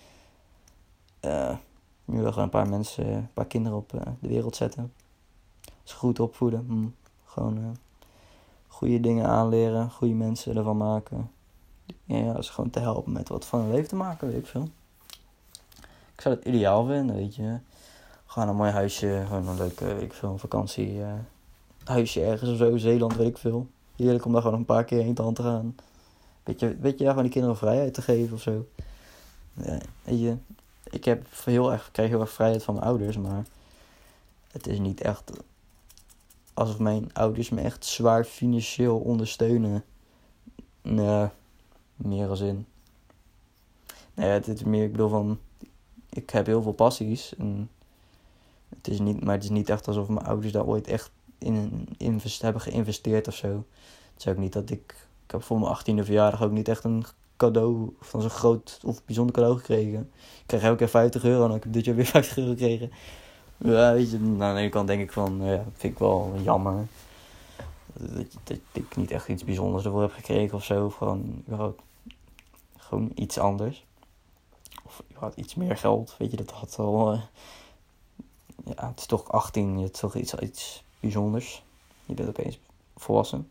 Nu wel gewoon een paar mensen, een paar kinderen op de wereld zetten. Ze goed opvoeden. Gewoon goede dingen aanleren. Goede mensen ervan maken. Ja, ze gewoon te helpen met wat van hun leven te maken, weet ik veel. Ik zou het ideaal vinden, weet je. Gewoon een mooi huisje, gewoon een leuke, weet ik veel, vakantie. Huisje ergens of zo, Zeeland, weet ik veel. Heerlijk om daar gewoon een paar keer heen te gaan. Weet je, daar gewoon die kinderen vrijheid te geven of zo. Ja, weet je, ik krijg heel erg vrijheid van mijn ouders, maar het is niet echt alsof mijn ouders me echt zwaar financieel ondersteunen. Nee, meer als in. Nee, het is meer, ik bedoel van, ik heb heel veel passies. En het is niet echt alsof mijn ouders daar ooit echt in hebben geïnvesteerd of zo. Het is ook niet dat ik heb voor mijn 18e verjaardag ook niet echt een cadeau, of dan zo'n groot of bijzonder cadeau gekregen. Ik krijg elke keer €50 en ik heb dit jaar weer €50 gekregen. Ja, weet je, aan de ene kant denk ik van, vind ik wel jammer. Dat ik niet echt iets bijzonders ervoor heb gekregen of zo. Of gewoon iets anders. Of iets meer geld, weet je, dat had wel... het is toch 18, het is toch iets bijzonders. Je bent opeens volwassen.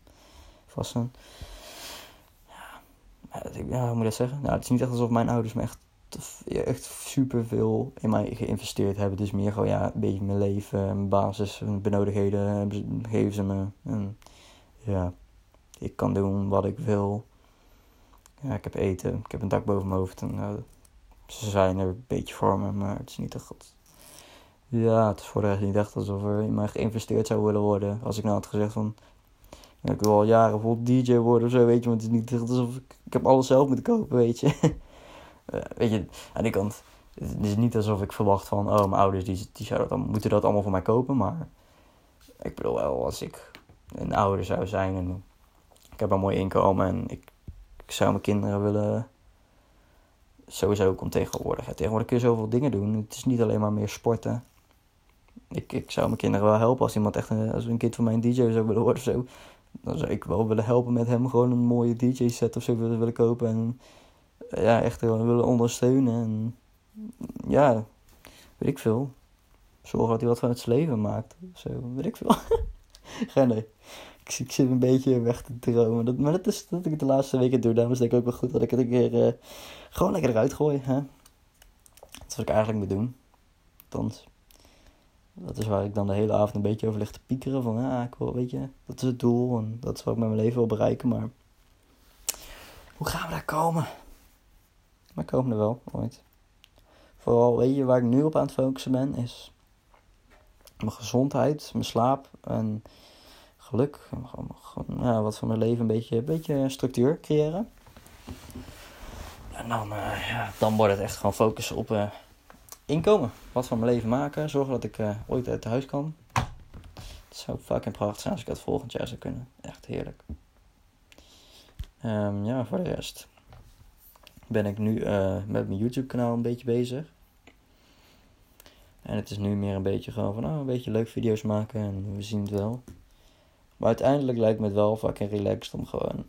Ja, hoe moet ik dat zeggen? Nou, het is niet echt alsof mijn ouders me echt superveel in mij geïnvesteerd hebben. Dus meer gewoon, een beetje mijn leven, mijn basis, mijn benodigdheden geven ze me. En ik kan doen wat ik wil. Ja, ik heb eten, ik heb een dak boven mijn hoofd. En ze zijn er een beetje voor me, maar het is niet echt... Ja, het is voor de rest niet echt alsof er in mij geïnvesteerd zou willen worden. Als ik nou had gezegd van... ik wil al jaren bijvoorbeeld DJ worden of zo, weet je. Want het is niet echt alsof ik heb alles zelf moeten kopen, weet je. Weet je, aan die kant... Het is niet alsof ik verwacht van... mijn ouders die moeten dat allemaal voor mij kopen. Maar ik bedoel wel, als ik een ouder zou zijn... en ik heb een mooi inkomen... en ik zou mijn kinderen willen... Sowieso komt tegenwoordig. Tegenwoordig kun je zoveel dingen doen. Het is niet alleen maar meer sporten. Ik zou mijn kinderen wel helpen als een kind van mij een DJ zou willen worden of zo. Dan zou ik wel willen helpen met hem gewoon een mooie DJ-set of zo willen kopen. En echt gewoon willen ondersteunen. En weet ik veel. Zorgen dat hij wat van het leven maakt. Zo, weet ik veel. Nee. Ik zit een beetje weg te dromen. Maar dat is dat ik het de laatste weken doe. Daarom is het denk ik ook wel goed dat ik het een keer gewoon lekker eruit gooi. Hè? Dat is wat ik eigenlijk moet doen. Althans, dat is waar ik dan de hele avond een beetje over lig te piekeren. Van ik wil, weet je, dat is het doel. En dat is wat ik met mijn leven wil bereiken. Maar hoe gaan we daar komen? We komen er wel, ooit. Vooral, weet je, waar ik nu op aan het focussen ben, is mijn gezondheid, mijn slaap en geluk. Gewoon wat van mijn leven een beetje structuur creëren. En dan wordt het echt gewoon focussen op inkomen. Wat van mijn leven maken. Zorgen dat ik ooit uit huis kan. Het Het zou fucking prachtig zijn als ik dat volgend jaar zou kunnen. Echt heerlijk. Ja, voor de rest ben ik nu met mijn YouTube kanaal een beetje bezig. En het is nu meer een beetje gewoon van, een beetje leuk video's maken en we zien het wel. Maar uiteindelijk lijkt me het wel fucking relaxed om gewoon,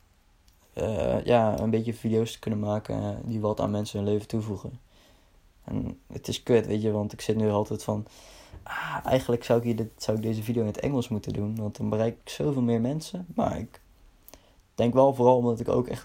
een beetje video's te kunnen maken die wat aan mensen hun leven toevoegen. En het is kut, weet je, want ik zit nu altijd van, eigenlijk zou ik deze video in het Engels moeten doen, want dan bereik ik zoveel meer mensen. Maar ik denk wel vooral omdat ik ook echt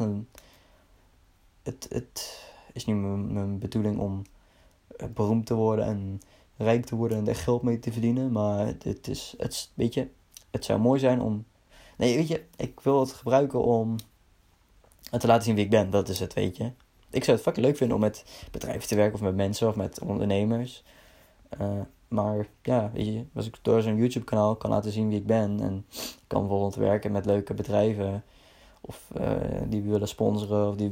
het is niet mijn bedoeling om beroemd te worden en rijk te worden en er geld mee te verdienen. Maar weet je, het zou mooi zijn om... Nee, weet je, ik wil het gebruiken om te laten zien wie ik ben. Dat is het, weet je. Ik zou het fucking leuk vinden om met bedrijven te werken of met mensen of met ondernemers. Maar ja, weet je, als ik door zo'n YouTube kanaal kan laten zien wie ik ben en ik kan bijvoorbeeld werken met leuke bedrijven of die willen sponsoren of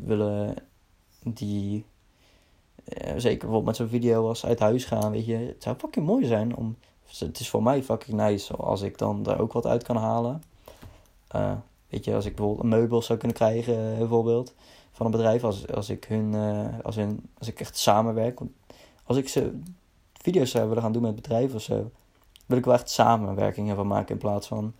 zeker bijvoorbeeld met zo'n video als uit huis gaan, weet je. Het zou fucking mooi zijn het is voor mij fucking nice als ik dan daar ook wat uit kan halen. Weet je, als ik bijvoorbeeld een meubel zou kunnen krijgen, bijvoorbeeld, van een bedrijf, als ik echt samenwerk. Als ik video's zou willen gaan doen met bedrijven of zo, wil ik wel echt samenwerkingen van maken in plaats van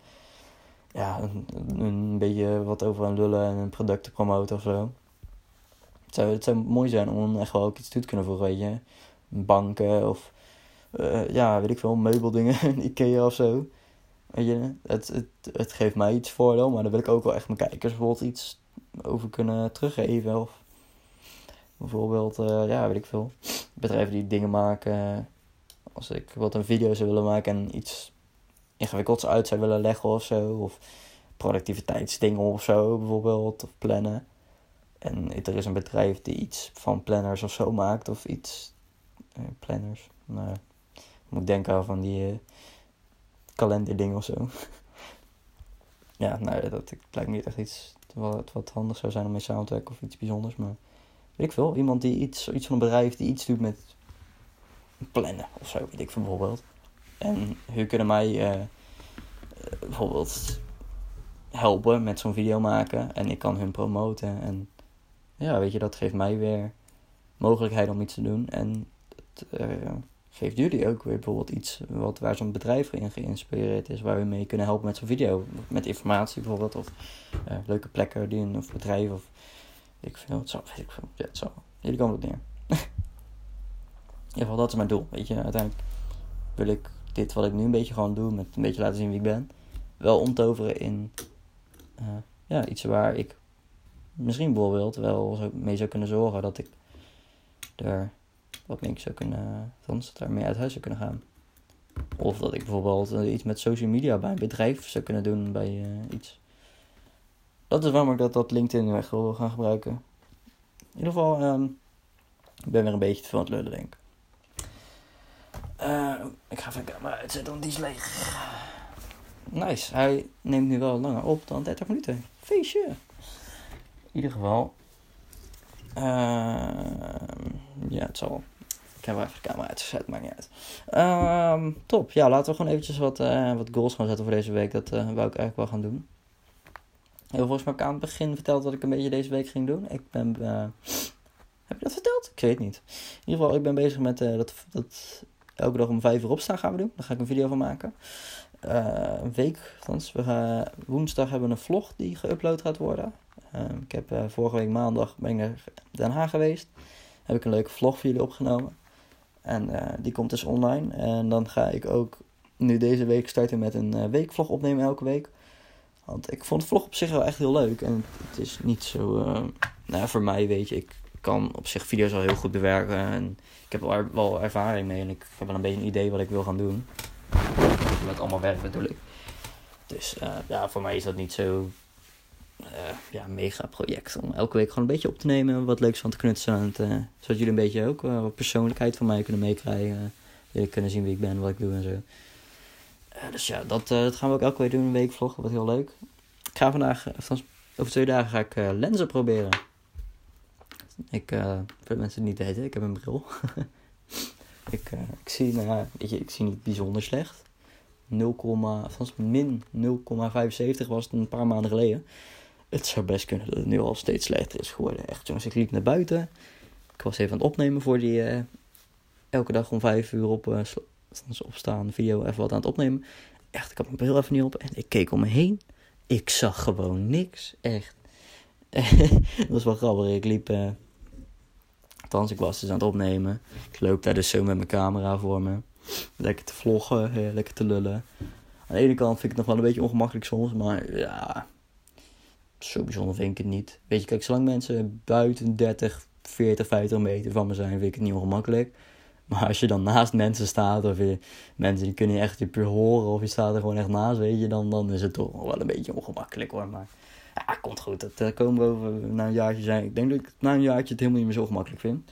een beetje wat over aan lullen en een product te promoten of zo. Het zou mooi zijn om echt wel ook iets toe te kunnen voegen, weet je. Banken of, weet ik veel, meubeldingen, Ikea of zo. Weet je, het geeft mij iets voordeel, maar daar wil ik ook wel echt mijn kijkers bijvoorbeeld iets over kunnen teruggeven. Of bijvoorbeeld, weet ik veel, bedrijven die dingen maken. Als ik bijvoorbeeld een video zou willen maken en iets ingewikkelds uit zou willen leggen of zo. Of productiviteitsdingen of zo bijvoorbeeld, of plannen. En er is een bedrijf die iets van planners of zo maakt. Of iets... planners. Nou, moet ik denken aan van die kalenderdingen of zo. Ja, nou, dat lijkt me niet echt iets wat handig zou zijn om mee samen te werken of iets bijzonders. Maar weet ik veel. Iemand die iets van een bedrijf die iets doet met plannen of zo, weet ik veel bijvoorbeeld. En hun kunnen mij bijvoorbeeld helpen met zo'n video maken. En ik kan hun promoten. En ja, weet je, dat geeft mij weer mogelijkheid om iets te doen. En het geeft jullie ook weer bijvoorbeeld iets waar zo'n bedrijf in geïnspireerd is. Waar we mee kunnen helpen met zo'n video. Met informatie bijvoorbeeld. Of leuke plekken of bedrijven. Of weet ik veel. Het zal. Jullie komen op neer. In ieder geval, dat is mijn doel. Weet je, uiteindelijk wil ik dit wat ik nu een beetje gewoon doe. Met een beetje laten zien wie ik ben. Wel omtoveren in iets waar ik misschien bijvoorbeeld wel mee zou kunnen zorgen dat ik er wat meer zou kunnen, daarmee uit huis zou kunnen gaan. Of dat ik bijvoorbeeld iets met social media bij een bedrijf zou kunnen doen bij iets. Dat is waarom ik dat LinkedIn echt wil gaan gebruiken. In ieder geval, ik ben weer een beetje te veel aan het lullen, denk ik. Ik ga even de camera uitzetten, want die is leeg. Nice, hij neemt nu wel langer op dan 30 minuten. Feestje! In ieder geval. Het zal. Ik heb wel even de camera uitgezet, maakt niet uit. Top, ja, laten we gewoon eventjes wat goals gaan zetten voor deze week. Dat wou ik eigenlijk wel gaan doen. Volgens mij heb ik aan het begin verteld wat ik een beetje deze week ging doen. Ik ben... heb je dat verteld? Ik weet het niet. In ieder geval, ik ben bezig met dat elke dag om 5 uur opstaan gaan we doen. Daar ga ik een video van maken. Een week, althans. Woensdag hebben we een vlog die geüpload gaat worden. Ik heb vorige week maandag ben ik naar Den Haag geweest. Heb ik een leuke vlog voor jullie opgenomen. En die komt dus online. En dan ga ik ook nu deze week starten met een weekvlog opnemen elke week. Want ik vond het vlog op zich wel echt heel leuk. En het is niet zo... voor mij, weet je, ik kan op zich video's al heel goed bewerken. En ik heb wel ervaring mee. En ik heb wel een beetje een idee wat ik wil gaan doen. Met allemaal werk bedoel ik. Dus voor mij is dat niet zo... mega project om elke week gewoon een beetje op te nemen, wat leuks van te knutselen, zodat jullie een beetje ook wat persoonlijkheid van mij kunnen meekrijgen, jullie kunnen zien wie ik ben, wat ik doe en zo. Dus ja, dat gaan we ook elke week doen, een weekvlog, dat wordt heel leuk. Ik ga over 2 dagen ga ik lenzen proberen. Voor de mensen die niet weten, ik heb een bril. Ik zie niet bijzonder slecht, min 0,75 was het een paar maanden geleden. Het zou best kunnen dat het nu al steeds slechter is geworden. Echt jongens, ik liep naar buiten. Ik was even aan het opnemen voor die elke dag om 5 uur opstaan video even wat aan het opnemen. Echt, ik had mijn bril even niet op en ik keek om me heen. Ik zag gewoon niks, echt. Dat was wel grappig. Ik liep, althans ik was dus aan het opnemen. Ik loop daar dus zo met mijn camera voor me. Lekker te vloggen, lekker te lullen. Aan de ene kant vind ik het nog wel een beetje ongemakkelijk soms, maar ja, zo bijzonder vind ik het niet. Weet je, kijk, zolang mensen buiten 30, 40, 50 meter van me zijn, vind ik het niet ongemakkelijk. Maar als je dan naast mensen staat, of mensen die kunnen je echt puur horen, of je staat er gewoon echt naast, weet je, dan is het toch wel een beetje ongemakkelijk hoor. Maar ja, komt goed. Dat komen we over na een jaartje zijn. Ik denk dat ik na een jaartje het helemaal niet meer zo ongemakkelijk vind.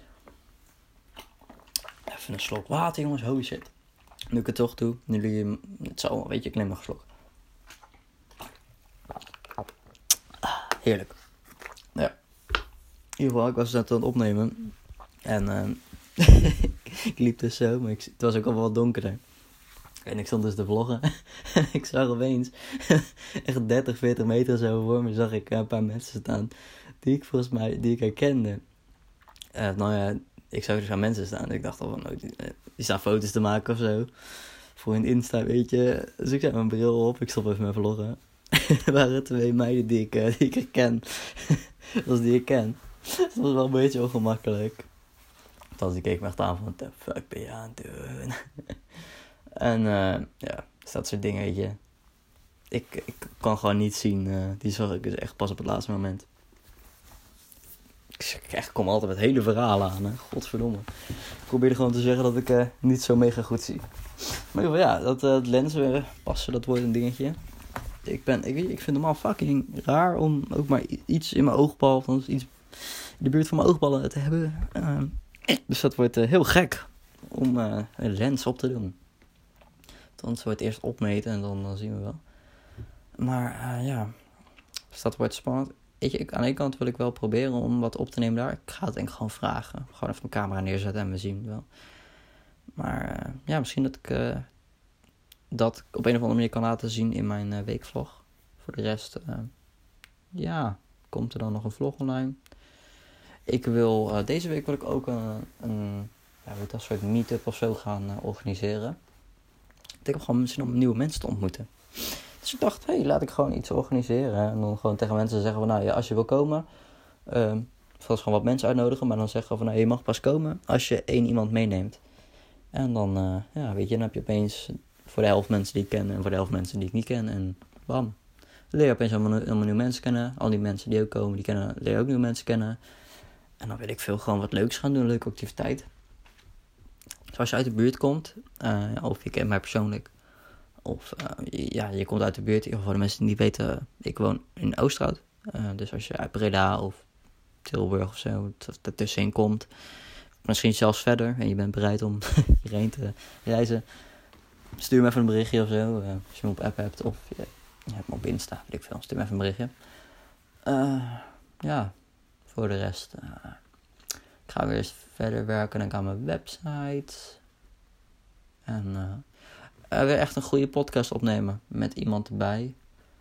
Even een slok water, jongens. Holy shit. Nu ik het toch doe. Het zal, weet je, ik neem nog een slok. Heerlijk. Ja. In ieder geval, ik was net aan het opnemen. En ik liep dus zo, maar het was ook al wat donkerder. En ik stond dus te vloggen. En ik zag opeens, echt 30, 40 meter zo voor me, zag ik een paar mensen staan. Die ik herkende. Nou ja, ik zag dus aan mensen staan. Ik dacht al van, die staan foto's te maken of zo. Voor een Insta, weet je. Dus ik zet mijn bril op. Ik stop even met vloggen. Er waren 2 meiden die ik herken. Zoals die ik ken. Dat was wel een beetje ongemakkelijk. Althans, die keek me echt aan van, what the fuck ben je aan het doen? En ja, dus dat soort dingen, weet je. Ik kan gewoon niet zien. Die zag ik dus echt pas op het laatste moment. Ik kom altijd met hele verhalen aan, hè. Godverdomme. Ik probeerde gewoon te zeggen dat ik niet zo mega goed zie. Maar in ieder geval, ja, dat lenzen passen, dat wordt een dingetje. Ik vind het normaal fucking raar om ook maar iets in mijn oogbal, of iets in de buurt van mijn oogballen te hebben. Dus dat wordt heel gek om een lens op te doen. Dan wordt het eerst opmeten en dan zien we wel. Maar ja, dus dat wordt spannend. Weet je, aan de ene kant wil ik wel proberen om wat op te nemen daar. Ik ga het denk ik gewoon vragen. Gewoon even mijn camera neerzetten en we zien het wel. Maar ja, misschien dat ik dat op een of andere manier kan laten zien in mijn weekvlog. Voor de rest, ja, komt er dan nog een vlog online. Deze week wil ik ook een soort meet-up of zo gaan organiseren. Ik heb gewoon misschien om nieuwe mensen te ontmoeten. Dus ik dacht, laat ik gewoon iets organiseren. En dan gewoon tegen mensen zeggen van, nou ja, als je wil komen. Vooral gewoon wat mensen uitnodigen. Maar dan zeggen van, nou, je mag pas komen als je 1 iemand meeneemt. En dan, ja, weet je, dan heb je opeens voor de helft mensen die ik ken en voor de helft mensen die ik niet ken. En bam. Dan leer je opeens allemaal nieuwe mensen kennen. Al die mensen die ook komen, leer je ook nieuwe mensen kennen. En dan wil ik veel gewoon wat leuks gaan doen, een leuke activiteit. Dus als je uit de buurt komt, of je kent mij persoonlijk, of ja, je komt uit de buurt, voor de mensen die niet weten, ik woon in Oosterhout. Dus als je uit Breda of Tilburg of zo ertussenin komt, misschien zelfs verder, en je bent bereid om hierheen te reizen, stuur me even een berichtje of zo. Als je me op app hebt, of je hebt me op Insta, weet ik veel, stuur me even een berichtje. Ja, voor de rest, ik ga weer eens verder werken denk ik aan mijn website. En weer echt een goede podcast opnemen met iemand erbij.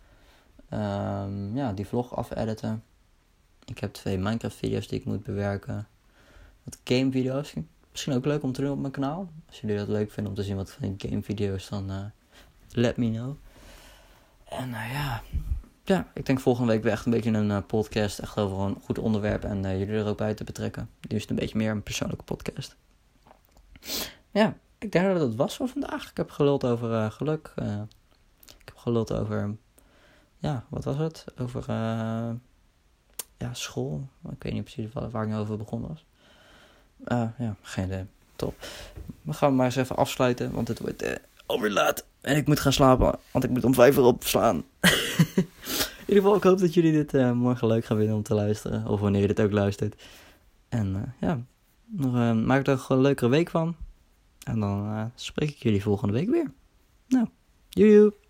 Ja, die vlog afediten. Ik heb 2 Minecraft video's die ik moet bewerken. Wat game video's. Misschien ook leuk om te doen op mijn kanaal. Als jullie dat leuk vinden om te zien wat van die game video's, dan let me know. En ja, ik denk volgende week weer echt een beetje een podcast. Echt over een goed onderwerp en jullie er ook bij te betrekken. Nu is het een beetje meer een persoonlijke podcast. Ja, ik denk dat het was voor vandaag. Ik heb geluld over geluk. Ik heb geluld over, ja, wat was het? Over, ja, school. Ik weet niet precies waar ik nou over begonnen was. Ja, geen idee. Top. We gaan maar eens even afsluiten, want het wordt alweer laat. En ik moet gaan slapen, want ik moet om 5 uur opslaan. In ieder geval, ik hoop dat jullie dit morgen leuk gaan vinden om te luisteren. Of wanneer je dit ook luistert. En ja, maak er toch een leukere week van. En dan spreek ik jullie volgende week weer. Nou, joejoe.